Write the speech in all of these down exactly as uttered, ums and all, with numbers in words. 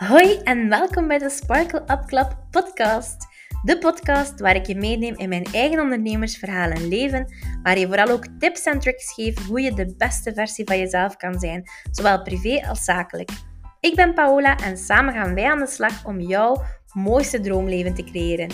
Hoi en welkom bij de Sparkle Up Club podcast. De podcast waar ik je meeneem in mijn eigen ondernemersverhaal en leven, waar je vooral ook tips en tricks geef hoe je de beste versie van jezelf kan zijn, zowel privé als zakelijk. Ik ben Paola en samen gaan wij aan de slag om jouw mooiste droomleven te creëren.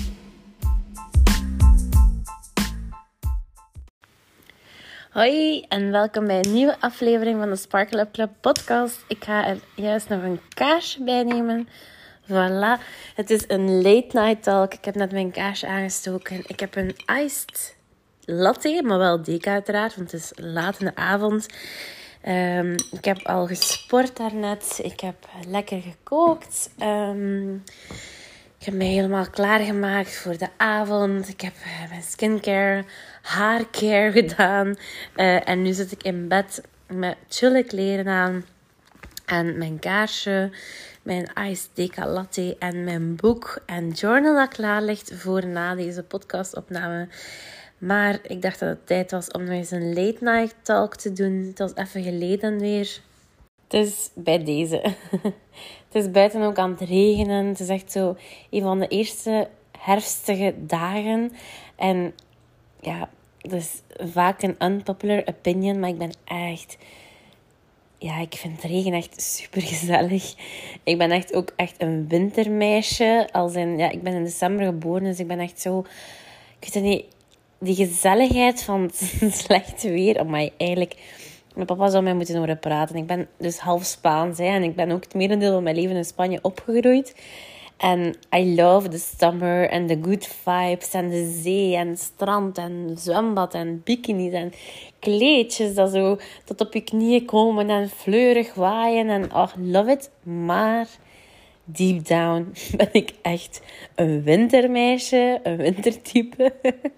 Hoi en welkom bij een nieuwe aflevering van de Sparkle Up Club podcast. Ik ga er juist nog een kaarsje bij nemen. Voilà, het is een late night talk. Ik heb net mijn kaarsje aangestoken. Ik heb een iced latte, maar wel deca uiteraard, want het is laat in de avond. Um, ik heb al gesport daarnet. Ik heb lekker gekookt. Um, ik heb me helemaal klaargemaakt voor de avond. Ik heb uh, mijn skincare, haarcare gedaan. Uh, en nu zit ik in bed met chille kleren aan. En mijn kaarsje, mijn iced deca latte en mijn boek en journal dat klaar ligt voor na deze podcastopname. Maar ik dacht dat het tijd was om nog eens een late night talk te doen. Het was even geleden weer. Dus bij deze. Het is buiten ook aan het regenen. Het is echt zo een van de eerste herfstige dagen. En ja, dat is vaak een unpopular opinion, maar ik ben echt... Ja, ik vind regen echt super gezellig. Ik ben echt ook echt een wintermeisje. Als in, ja, ik ben in december geboren, dus ik ben echt zo... Ik weet het niet, die gezelligheid van het slechte weer. Amai, eigenlijk... Mijn papa zou mij moeten horen praten. Ik ben dus half Spaans, hè, en ik ben ook het merendeel van mijn leven in Spanje opgegroeid. En I love the summer en the good vibes en de zee en het strand en zwembad en bikinis en kleedjes dat zo tot op je knieën komen en fleurig waaien en oh, love it. Maar deep down ben ik echt een wintermeisje, een wintertype.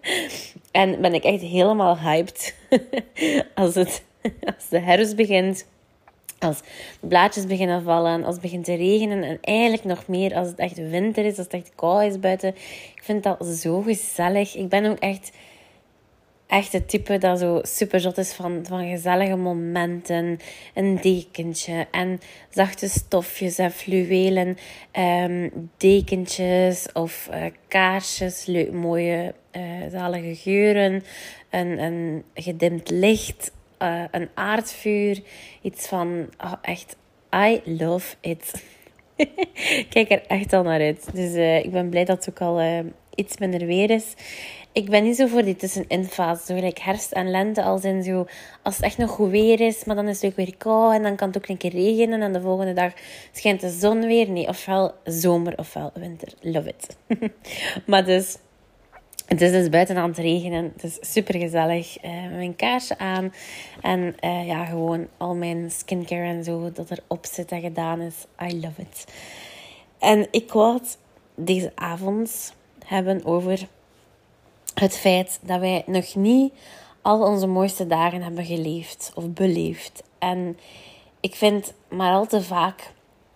En ben ik echt helemaal hyped als, het, als de herfst begint. Als de blaadjes beginnen vallen, als het begint te regenen en eigenlijk nog meer als het echt winter is, als het echt koud is buiten. Ik vind dat zo gezellig. Ik ben ook echt, echt het type dat zo super zot is van, van gezellige momenten. Een dekentje en zachte stofjes en fluwelen um, dekentjes of uh, kaarsjes, leuk, mooie uh, zalige geuren, een, een gedimd licht. Uh, een aardvuur. Iets van... Oh, echt... I love it. Ik kijk er echt al naar uit. Dus uh, ik ben blij dat het ook al uh, iets minder weer is. Ik ben niet zo voor die tussenin fase. Zo gelijk herfst en lente. Als in zo... Als het echt nog goed weer is. Maar dan is het ook weer koud. En dan kan het ook een keer regenen. En de volgende dag schijnt de zon weer. Nee, ofwel zomer ofwel winter. Love it. Maar dus... Het is dus buiten aan het regenen. Het is super gezellig. Uh, mijn kaarsje aan. En uh, ja, gewoon al mijn skincare en zo dat erop zit en gedaan is. I love it. En ik wou het deze avond hebben over het feit dat wij nog niet al onze mooiste dagen hebben geleefd of beleefd. En ik vind maar al te vaak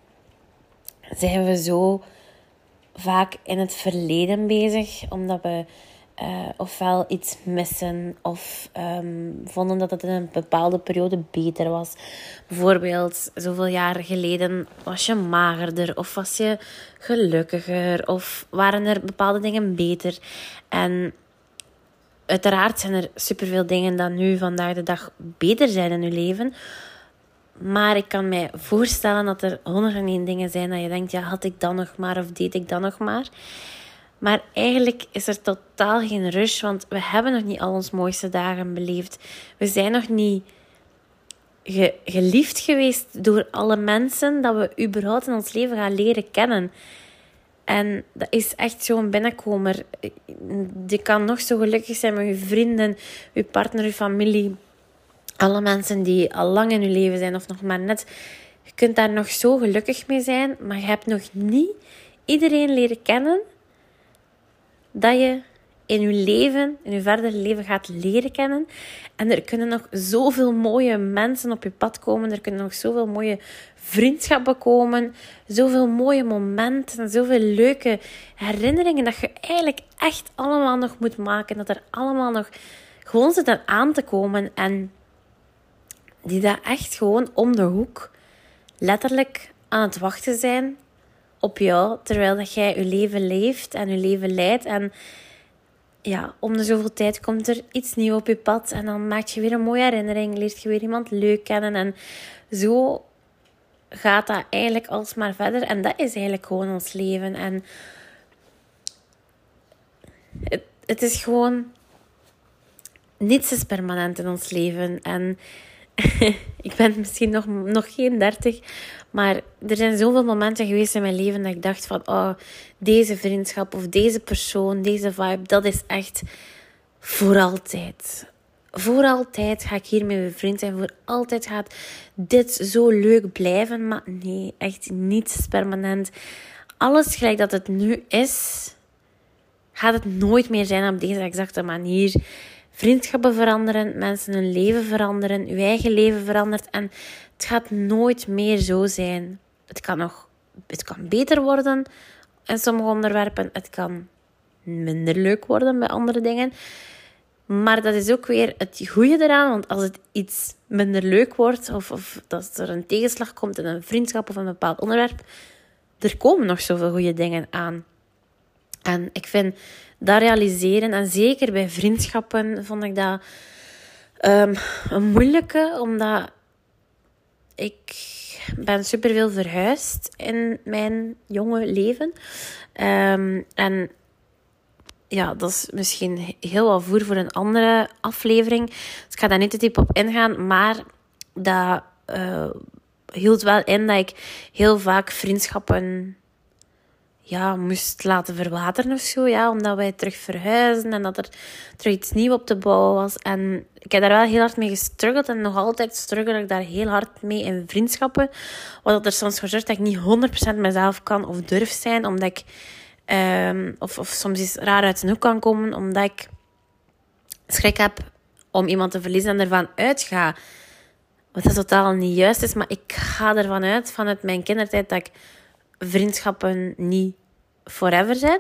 zijn we zo... vaak in het verleden bezig, omdat we uh, ofwel iets missen of um, vonden dat het in een bepaalde periode beter was. Bijvoorbeeld, zoveel jaar geleden was je magerder of was je gelukkiger of waren er bepaalde dingen beter. En uiteraard zijn er superveel dingen dat nu vandaag de dag beter zijn in je leven. Maar ik kan mij voorstellen dat er honderdéén dingen zijn dat je denkt, ja, had ik dan nog maar of deed ik dan nog maar. Maar eigenlijk is er totaal geen rush, want we hebben nog niet al onze mooiste dagen beleefd. We zijn nog niet ge- geliefd geweest door alle mensen dat we überhaupt in ons leven gaan leren kennen. En dat is echt zo'n binnenkomer. Je kan nog zo gelukkig zijn met je vrienden, je partner, je familie... Alle mensen die al lang in je leven zijn of nog maar net. Je kunt daar nog zo gelukkig mee zijn. Maar je hebt nog niet iedereen leren kennen. Dat je in je leven, in je verdere leven gaat leren kennen. En er kunnen nog zoveel mooie mensen op je pad komen. Er kunnen nog zoveel mooie vriendschappen komen. Zoveel mooie momenten. Zoveel leuke herinneringen. Dat je eigenlijk echt allemaal nog moet maken. Dat er allemaal nog gewoon zitten aan te komen. En... die daar echt gewoon om de hoek letterlijk aan het wachten zijn op jou, terwijl dat jij je leven leeft en je leven leidt. En ja, om de zoveel tijd komt er iets nieuws op je pad. En dan maak je weer een mooie herinnering. Leert je weer iemand leuk kennen. En zo gaat dat eigenlijk alsmaar verder. En dat is eigenlijk gewoon ons leven. En het, het is gewoon... Niets is permanent in ons leven. En ik ben misschien nog, nog geen dertig. Maar er zijn zoveel momenten geweest in mijn leven dat ik dacht van... Oh, deze vriendschap of deze persoon, deze vibe, dat is echt voor altijd. Voor altijd ga ik hier met mijn vriend zijn. Voor altijd gaat dit zo leuk blijven. Maar nee, echt niets is permanent. Alles gelijk dat het nu is, gaat het nooit meer zijn op deze exacte manier. Vriendschappen veranderen, mensen hun leven veranderen, uw eigen leven verandert. En het gaat nooit meer zo zijn. Het kan nog het kan beter worden in sommige onderwerpen. Het kan minder leuk worden bij andere dingen. Maar dat is ook weer het goede eraan. Want als het iets minder leuk wordt, of, of dat er een tegenslag komt in een vriendschap of een bepaald onderwerp, er komen nog zoveel goede dingen aan. En ik vind dat realiseren, en zeker bij vriendschappen, vond ik dat um, een moeilijke, omdat ik ben superveel verhuisd in mijn jonge leven. Um, en ja, dat is misschien heel wat voer voor een andere aflevering. Dus ik ga daar niet te diep op ingaan, maar dat uh, hield wel in dat ik heel vaak vriendschappen ja, moest laten verwateren of zo, ja, omdat wij terug verhuizen en dat er terug iets nieuws op te bouwen was. En ik heb daar wel heel hard mee gestruggeld en nog altijd struggle ik daar heel hard mee in vriendschappen. Wat er soms voor zorgt dat ik niet honderd procent mezelf kan of durf zijn, omdat ik, um, of, of soms iets raar uit zijn hoek kan komen, omdat ik schrik heb om iemand te verliezen en ervan uitga. Wat dat totaal niet juist is, maar ik ga ervan uit, vanuit mijn kindertijd, dat ik vriendschappen niet forever zijn.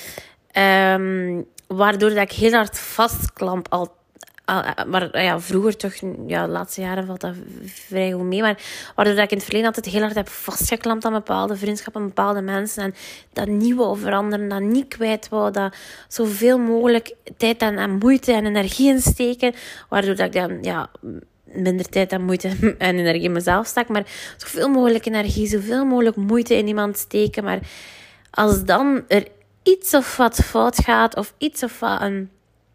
Um, waardoor dat ik heel hard vastklamp. Al, al, maar ja, vroeger toch, ja, de laatste jaren valt dat vrij goed mee. Maar waardoor dat ik in het verleden altijd heel hard heb vastgeklampt aan bepaalde vriendschappen, bepaalde mensen. En dat niet wou veranderen, dat niet kwijt wou. Dat zoveel mogelijk tijd en, en moeite en energie in steken. Waardoor dat ik dan, ja, minder tijd en moeite en energie in mezelf stak. Maar zoveel mogelijk energie, zoveel mogelijk moeite in iemand steken. Maar als dan er iets of wat fout gaat, of iets of wat een...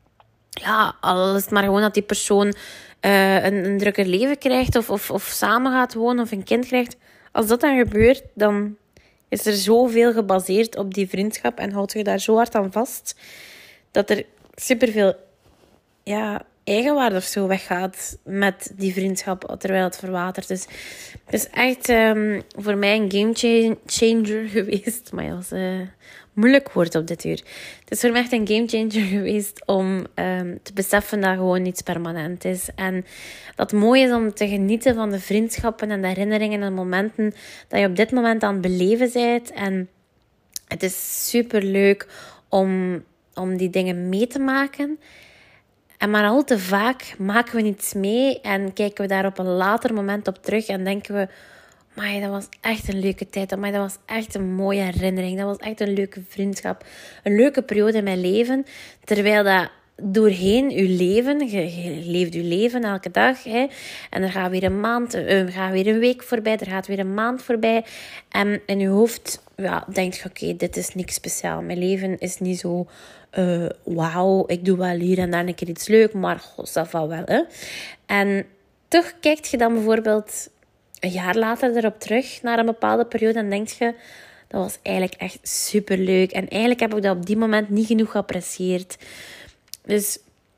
Ja, al is het maar gewoon dat die persoon uh, een, een drukker leven krijgt, of, of, of samen gaat wonen, of een kind krijgt. Als dat dan gebeurt, dan is er zoveel gebaseerd op die vriendschap en houdt je daar zo hard aan vast, dat er superveel... Ja, eigenwaarde of zo weggaat met die vriendschap terwijl het verwatert. Dus het is echt um, voor mij een game changer geweest. Maar dat was een uh, moeilijk woord op dit uur. Het is voor mij echt een game changer geweest om um, te beseffen dat gewoon niets permanent is. En dat het mooi is om te genieten van de vriendschappen en de herinneringen en de momenten dat je op dit moment aan het beleven bent. En het is super leuk om, om die dingen mee te maken. En maar al te vaak maken we niets mee en kijken we daar op een later moment op terug en denken we, amai, dat was echt een leuke tijd, amai, dat was echt een mooie herinnering, dat was echt een leuke vriendschap, een leuke periode in mijn leven. Terwijl dat doorheen je leven, je, je leeft je leven elke dag, hè, en er gaat weer een maand, er gaat weer een week voorbij, er gaat weer een maand voorbij. En in je hoofd ja, denk je, oké, okay, dit is niks speciaal. Mijn leven is niet zo, uh, wauw, ik doe wel hier en daar een keer iets leuk, maar god, dat valt wel, hè. En toch kijkt je dan bijvoorbeeld een jaar later erop terug, naar een bepaalde periode, en denk je, dat was eigenlijk echt superleuk. En eigenlijk heb ik dat op die moment niet genoeg geapprecieerd. Dus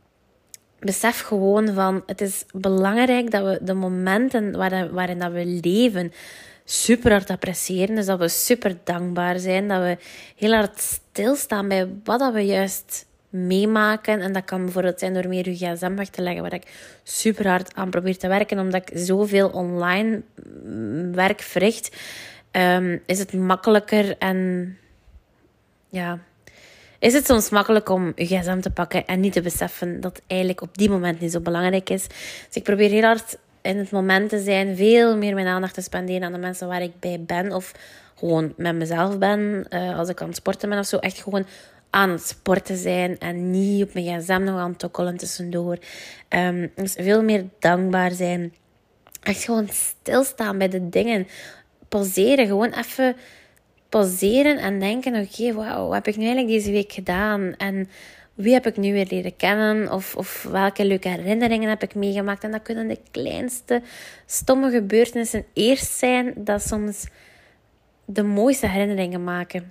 besef gewoon van, het is belangrijk dat we de momenten waarin, waarin dat we leven super hard appreciëren. Dus dat we super dankbaar zijn. Dat we heel hard stilstaan bij wat dat we juist meemaken. En dat kan bijvoorbeeld zijn door meer je gsm weg te leggen, waar ik super hard aan probeer te werken. Omdat ik zoveel online werk verricht, um, is het makkelijker en ja... Is het soms makkelijk om je gsm te pakken en niet te beseffen dat het eigenlijk op die moment niet zo belangrijk is. Dus ik probeer heel hard in het moment te zijn, veel meer mijn aandacht te spenderen aan de mensen waar ik bij ben of gewoon met mezelf ben. Uh, als ik aan het sporten ben of zo. Echt gewoon aan het sporten zijn. En niet op mijn gsm nog aan het tokkelen tussendoor. Um, dus veel meer dankbaar zijn. Echt gewoon stilstaan bij de dingen. Pauzeren. Gewoon even pauzeren en denken. Oké, okay, wauw, wat heb ik nu eigenlijk deze week gedaan? En wie heb ik nu weer leren kennen? Of, of welke leuke herinneringen heb ik meegemaakt? En dat kunnen de kleinste, stomme gebeurtenissen eerst zijn. Dat soms de mooiste herinneringen maken.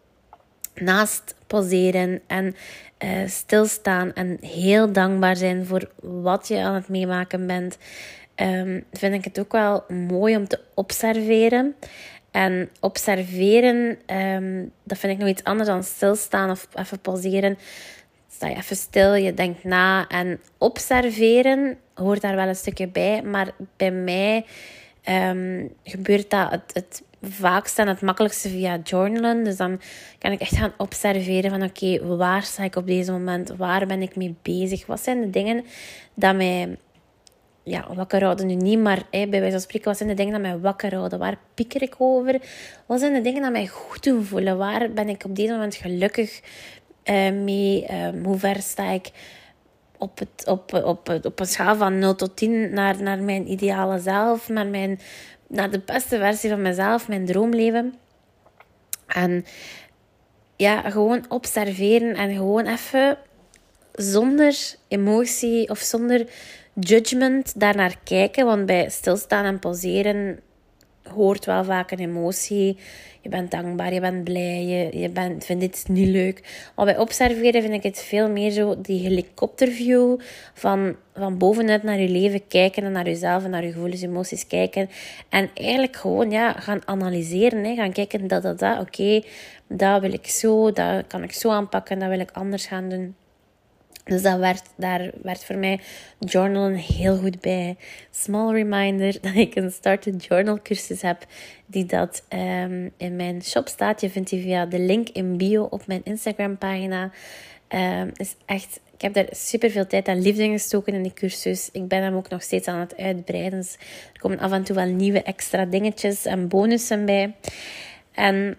Naast pauzeren en uh, stilstaan en heel dankbaar zijn voor wat je aan het meemaken bent, um, vind ik het ook wel mooi om te observeren. En observeren, um, dat vind ik nog iets anders dan stilstaan of even pauzeren. Sta je even stil, je denkt na. En observeren hoort daar wel een stukje bij. Maar bij mij um, gebeurt dat het, het vaakste en het makkelijkste via journalen. Dus dan kan ik echt gaan observeren van oké, okay, waar sta ik op deze moment? Waar ben ik mee bezig? Wat zijn de dingen dat mij ja, wakker houden? Nu niet, maar hey, bij wijze van spreken, wat zijn de dingen dat mij wakker houden? Waar pieker ik over? Wat zijn de dingen dat mij goed doen voelen? Waar ben ik op deze moment gelukkig uh, mee? Um, hoe ver sta ik op, het, op, op, op een schaal van nul tot tien naar, naar mijn ideale zelf? Naar, mijn, naar de beste versie van mezelf, mijn droomleven? En ja, gewoon observeren en gewoon even zonder emotie of zonder judgment daarnaar kijken. Want bij stilstaan en pauzeren hoort wel vaak een emotie. Je bent dankbaar, je bent blij, je, je bent, vindt dit niet leuk. Maar bij observeren vind ik het veel meer zo die helikopterview van, van bovenuit naar je leven kijken en naar jezelf en naar je gevoelens, emoties kijken. En eigenlijk gewoon ja, gaan analyseren. Hè. Gaan kijken dat, dat, dat. Oké, okay, dat wil ik zo, dat kan ik zo aanpakken, dat wil ik anders gaan doen. Dus dat werd, daar werd voor mij journalen heel goed bij. Small reminder dat ik een Start a Journal cursus heb. Die dat um, in mijn shop staat. Je vindt die via de link in bio op mijn Instagram pagina. Um, is echt, ik heb daar super veel tijd en liefde in gestoken in die cursus. Ik ben hem ook nog steeds aan het uitbreiden. Dus er komen af en toe wel nieuwe extra dingetjes en bonussen bij. En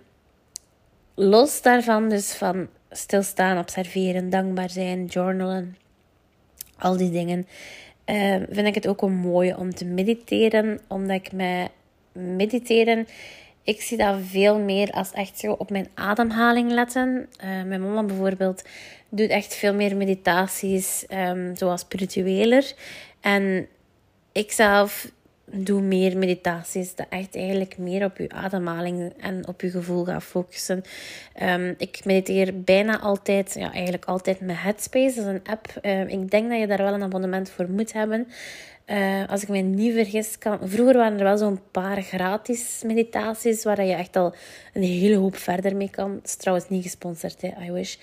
los daarvan dus van stilstaan, observeren, dankbaar zijn, journalen, al die dingen, uh, vind ik het ook wel mooi om te mediteren, omdat ik met mediteren, ik zie dat veel meer als echt zo op mijn ademhaling letten. Uh, mijn mama bijvoorbeeld doet echt veel meer meditaties, um, zoals spiritueler. En ik zelf doe meer meditaties dat echt eigenlijk meer op je ademhaling en op je gevoel gaat focussen. Um, ik mediteer bijna altijd, ja eigenlijk altijd met Headspace. Dat is een app. Uh, ik denk dat je daar wel een abonnement voor moet hebben. Uh, als ik me niet vergis, kan... Vroeger waren er wel zo'n paar gratis meditaties waar je echt al een hele hoop verder mee kan. Het is trouwens niet gesponsord, hè? I wish.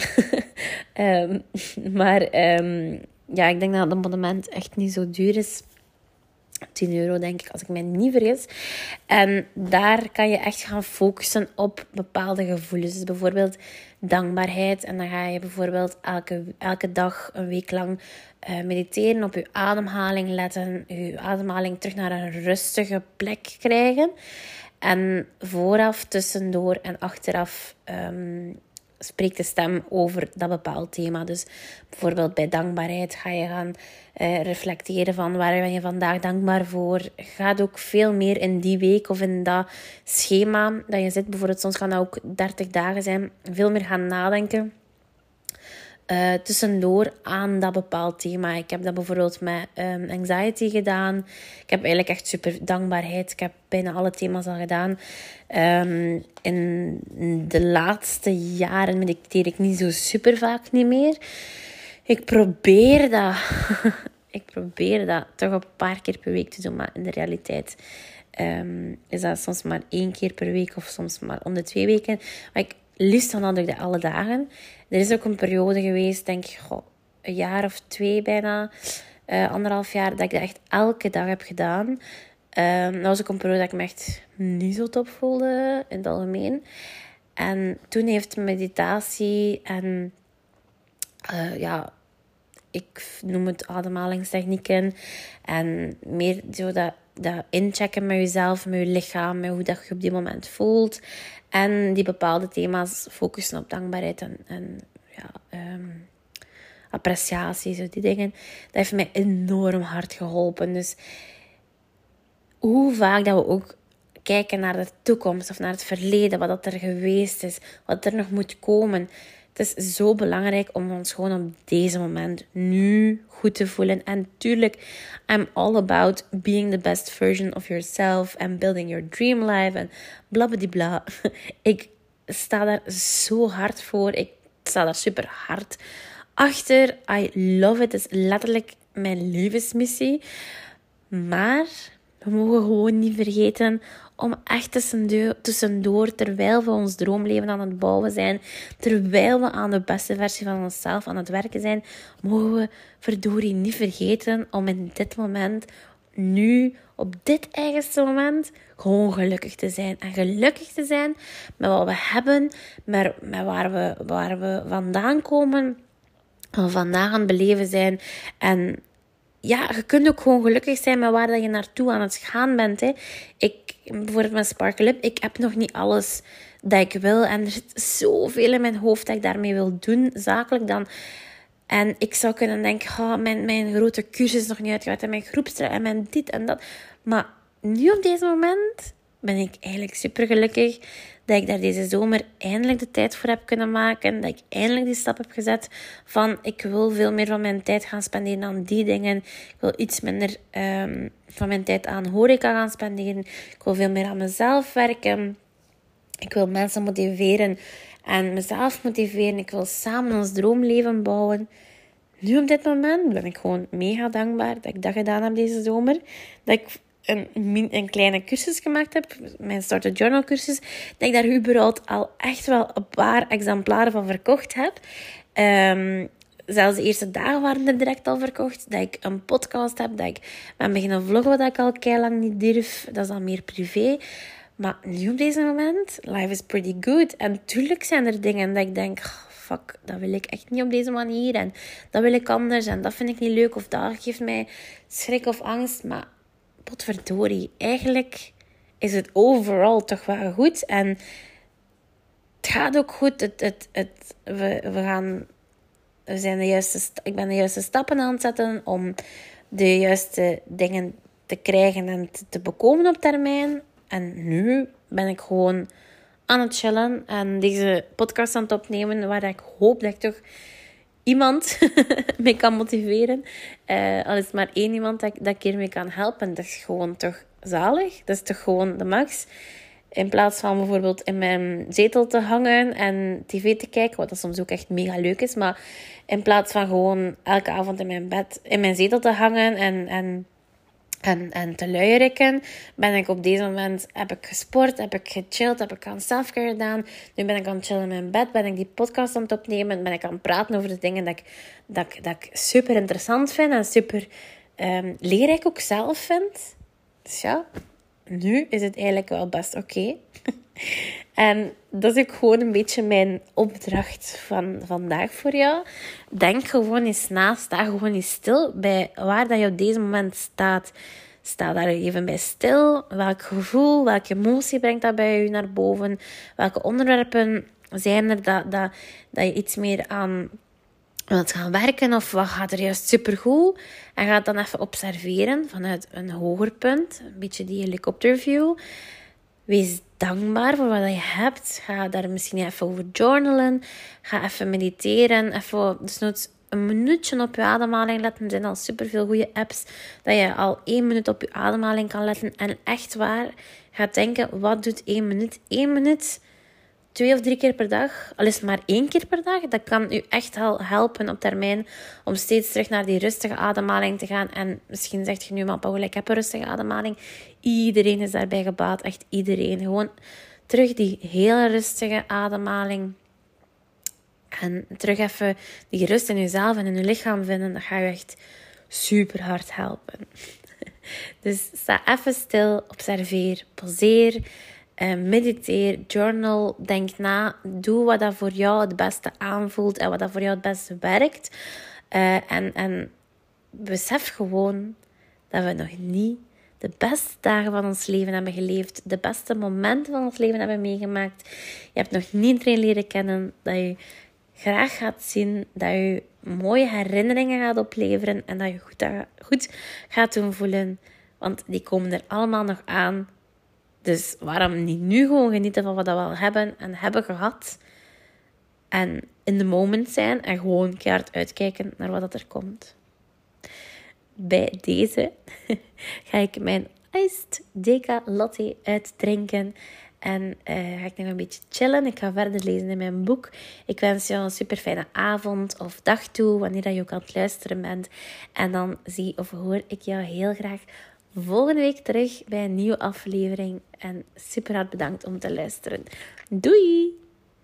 um, maar um, ja, ik denk dat het abonnement echt niet zo duur is. tien euro denk ik, als ik mij niet vergis. En daar kan je echt gaan focussen op bepaalde gevoelens. Dus bijvoorbeeld dankbaarheid. En dan ga je bijvoorbeeld elke, elke dag een week lang uh, mediteren, op je ademhaling letten. Je ademhaling terug naar een rustige plek krijgen. En vooraf, tussendoor en achteraf Um, spreekt de stem over dat bepaald thema. Dus bijvoorbeeld bij dankbaarheid ga je gaan uh, reflecteren van waar ben je vandaag dankbaar voor. Gaat ook veel meer in die week of in dat schema dat je zit. Bijvoorbeeld soms kan dat ook dertig dagen zijn. Veel meer gaan nadenken. Uh, tussendoor aan dat bepaald thema. Ik heb dat bijvoorbeeld met um, anxiety gedaan. Ik heb eigenlijk echt super dankbaarheid. Ik heb bijna alle thema's al gedaan. Um, in de laatste jaren mediteer ik niet zo super vaak niet meer. Ik probeer dat. ik probeer dat toch een paar keer per week te doen. Maar in de realiteit um, is dat soms maar één keer per week. Of soms maar om de twee weken. Maar ik liefst dan had ik dat alle dagen. Er is ook een periode geweest, denk ik, goh, een jaar of twee bijna, uh, anderhalf jaar, dat ik dat echt elke dag heb gedaan. Um, dat was ook een periode dat ik me echt niet zo top voelde, in het algemeen. En toen heeft meditatie en, uh, ja, ik noem het ademhalingstechnieken en meer zo dat dat inchecken met jezelf, met je lichaam, met hoe dat je op die moment voelt. En die bepaalde thema's focussen op dankbaarheid en, en ja, um, appreciatie, zo die dingen. Dat heeft mij enorm hard geholpen. Dus hoe vaak dat we ook kijken naar de toekomst of naar het verleden, wat dat er geweest is, wat er nog moet komen. Het is zo belangrijk om ons gewoon op deze moment nu goed te voelen. En tuurlijk, I'm all about being the best version of yourself and building your dream life en blablabla. Ik sta daar zo hard voor. Ik sta daar super hard achter. I love it. Het is letterlijk mijn levensmissie. Maar we mogen gewoon niet vergeten om echt tussendoor, tussendoor, terwijl we ons droomleven aan het bouwen zijn, terwijl we aan de beste versie van onszelf aan het werken zijn, mogen we verdorie niet vergeten om in dit moment, nu, op dit eigenste moment, gewoon gelukkig te zijn. En gelukkig te zijn met wat we hebben, met, met waar, we, waar we vandaan komen, wat we vandaag aan het beleven zijn. En ja, je kunt ook gewoon gelukkig zijn met waar dat je naartoe aan het gaan bent. Hè. Ik, bijvoorbeeld met Sparkle Up, ik heb nog niet alles dat ik wil. En er zit zoveel in mijn hoofd dat ik daarmee wil doen, zakelijk dan. En ik zou kunnen denken, oh, mijn, mijn grote cursus is nog niet uitgewerkt. En mijn groepstra en mijn dit en dat. Maar nu op deze moment ben ik eigenlijk super gelukkig dat ik daar deze zomer eindelijk de tijd voor heb kunnen maken. Dat ik eindelijk die stap heb gezet van ik wil veel meer van mijn tijd gaan spenderen aan die dingen. Ik wil iets minder um, van mijn tijd aan horeca gaan spenderen. Ik wil veel meer aan mezelf werken. Ik wil mensen motiveren en mezelf motiveren. Ik wil samen ons droomleven bouwen. Nu op dit moment ben ik gewoon mega dankbaar dat ik dat gedaan heb deze zomer. Dat ik Een, een kleine cursus gemaakt heb, mijn Start a Journal cursus, dat ik daar überhaupt al echt wel een paar exemplaren van verkocht heb. Um, zelfs de eerste dagen waren er direct al verkocht. Dat ik een podcast heb, dat ik ben beginnen vloggen, wat ik al keilang niet durf. Dat is dan meer privé. Maar nu op deze moment, life is pretty good. En tuurlijk zijn er dingen dat ik denk, oh, fuck, dat wil ik echt niet op deze manier. En dat wil ik anders. En dat vind ik niet leuk. Of dat geeft mij schrik of angst. Maar potverdorie, eigenlijk is het overal toch wel goed. En het gaat ook goed. Het, het, het, we, we gaan, we zijn de juiste, ik ben de juiste stappen aan het zetten om de juiste dingen te krijgen en te, te bekomen op termijn. En nu ben ik gewoon aan het chillen en deze podcast aan het opnemen, waar ik hoop dat ik toch iemand mee kan motiveren. Uh, al is het maar één iemand dat, dat ik hiermee kan helpen. Dat is gewoon toch zalig. Dat is toch gewoon de max. In plaats van bijvoorbeeld in mijn zetel te hangen en tv te kijken, wat dat soms ook echt mega leuk is. Maar in plaats van gewoon elke avond in mijn bed, in mijn zetel te hangen en, en, en, en te luieriken, ben ik op deze moment, heb ik gesport, heb ik gechilled, heb ik aan selfcare gedaan. Nu ben ik aan het chillen in mijn bed, ben ik die podcast aan het opnemen, ben ik aan het praten over de dingen dat ik, dat ik, dat ik super interessant vind en super um, leerrijk ook zelf vind. Dus ja, nu is het eigenlijk wel best oké. Okay. En dat is ook gewoon een beetje mijn opdracht van vandaag voor jou. Denk gewoon eens na, sta gewoon eens stil bij waar dat je op deze moment staat. Sta daar even bij stil. Welk gevoel, welke emotie brengt dat bij je naar boven? Welke onderwerpen zijn er dat, dat, dat je iets meer aan wilt gaan werken? Of wat gaat er juist supergoed? En ga het dan even observeren vanuit een hoger punt. Een beetje die helikopterview. Wees dankbaar voor wat je hebt. Ga daar misschien even over journalen. Ga even mediteren. Even dus een minuutje op je ademhaling letten. Er zijn al superveel goede apps dat je al één minuut op je ademhaling kan letten. En echt waar, ga denken, wat doet één minuut? Één minuut, twee of drie keer per dag. Al is het maar één keer per dag. Dat kan u echt al helpen op termijn om steeds terug naar die rustige ademhaling te gaan. En misschien zegt je nu, maar Paula, ik heb een rustige ademhaling. Iedereen is daarbij gebaat. Echt iedereen. Gewoon terug die hele rustige ademhaling. En terug even die rust in jezelf en in je lichaam vinden. Dat gaat je echt super hard helpen. Dus sta even stil. Observeer. Pauzeer. Uh, mediteer. Journal. Denk na. Doe wat dat voor jou het beste aanvoelt. En wat dat voor jou het beste werkt. Uh, en, en besef gewoon dat we nog niet... de beste dagen van ons leven hebben geleefd, de beste momenten van ons leven hebben meegemaakt. Je hebt nog niet iedereen leren kennen, dat je graag gaat zien, dat je mooie herinneringen gaat opleveren en dat je goed, goed gaat doen voelen. Want die komen er allemaal nog aan. Dus waarom niet nu gewoon genieten van wat we al hebben en hebben gehad. En in the moment zijn en gewoon keihard uitkijken naar wat er komt. Bij deze ga ik mijn iced deca latte uitdrinken. En uh, ga ik nog een beetje chillen. Ik ga verder lezen in mijn boek. Ik wens jou een super fijne avond of dag toe, wanneer je ook aan het luisteren bent. En dan zie of hoor ik jou heel graag volgende week terug bij een nieuwe aflevering. En super hard bedankt om te luisteren. Doei!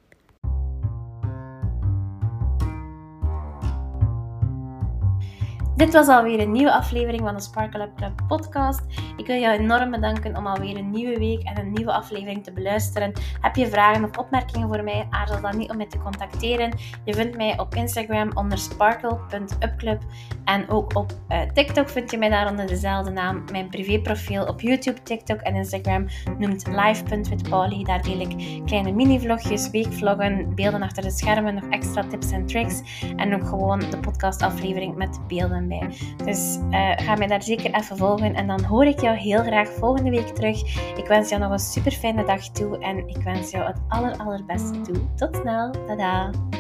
Dit was alweer een nieuwe aflevering van de Sparkle Up Club podcast. Ik wil jou enorm bedanken om alweer een nieuwe week en een nieuwe aflevering te beluisteren. Heb je vragen of opmerkingen voor mij? Aarzel dan niet om mij te contacteren. Je vindt mij op Instagram onder sparkle punt upclub. En ook op uh, TikTok vind je mij daar onder dezelfde naam. Mijn privéprofiel op YouTube, TikTok en Instagram noemt live punt with Paulie. Daar deel ik kleine mini-vlogjes, weekvloggen, beelden achter de schermen, nog extra tips en tricks. En ook gewoon de podcastaflevering met beelden bij. Dus uh, ga mij daar zeker even volgen en dan hoor ik jou heel graag volgende week terug. Ik wens jou nog een super fijne dag toe en ik wens jou het aller allerbeste toe. Tot snel, tada!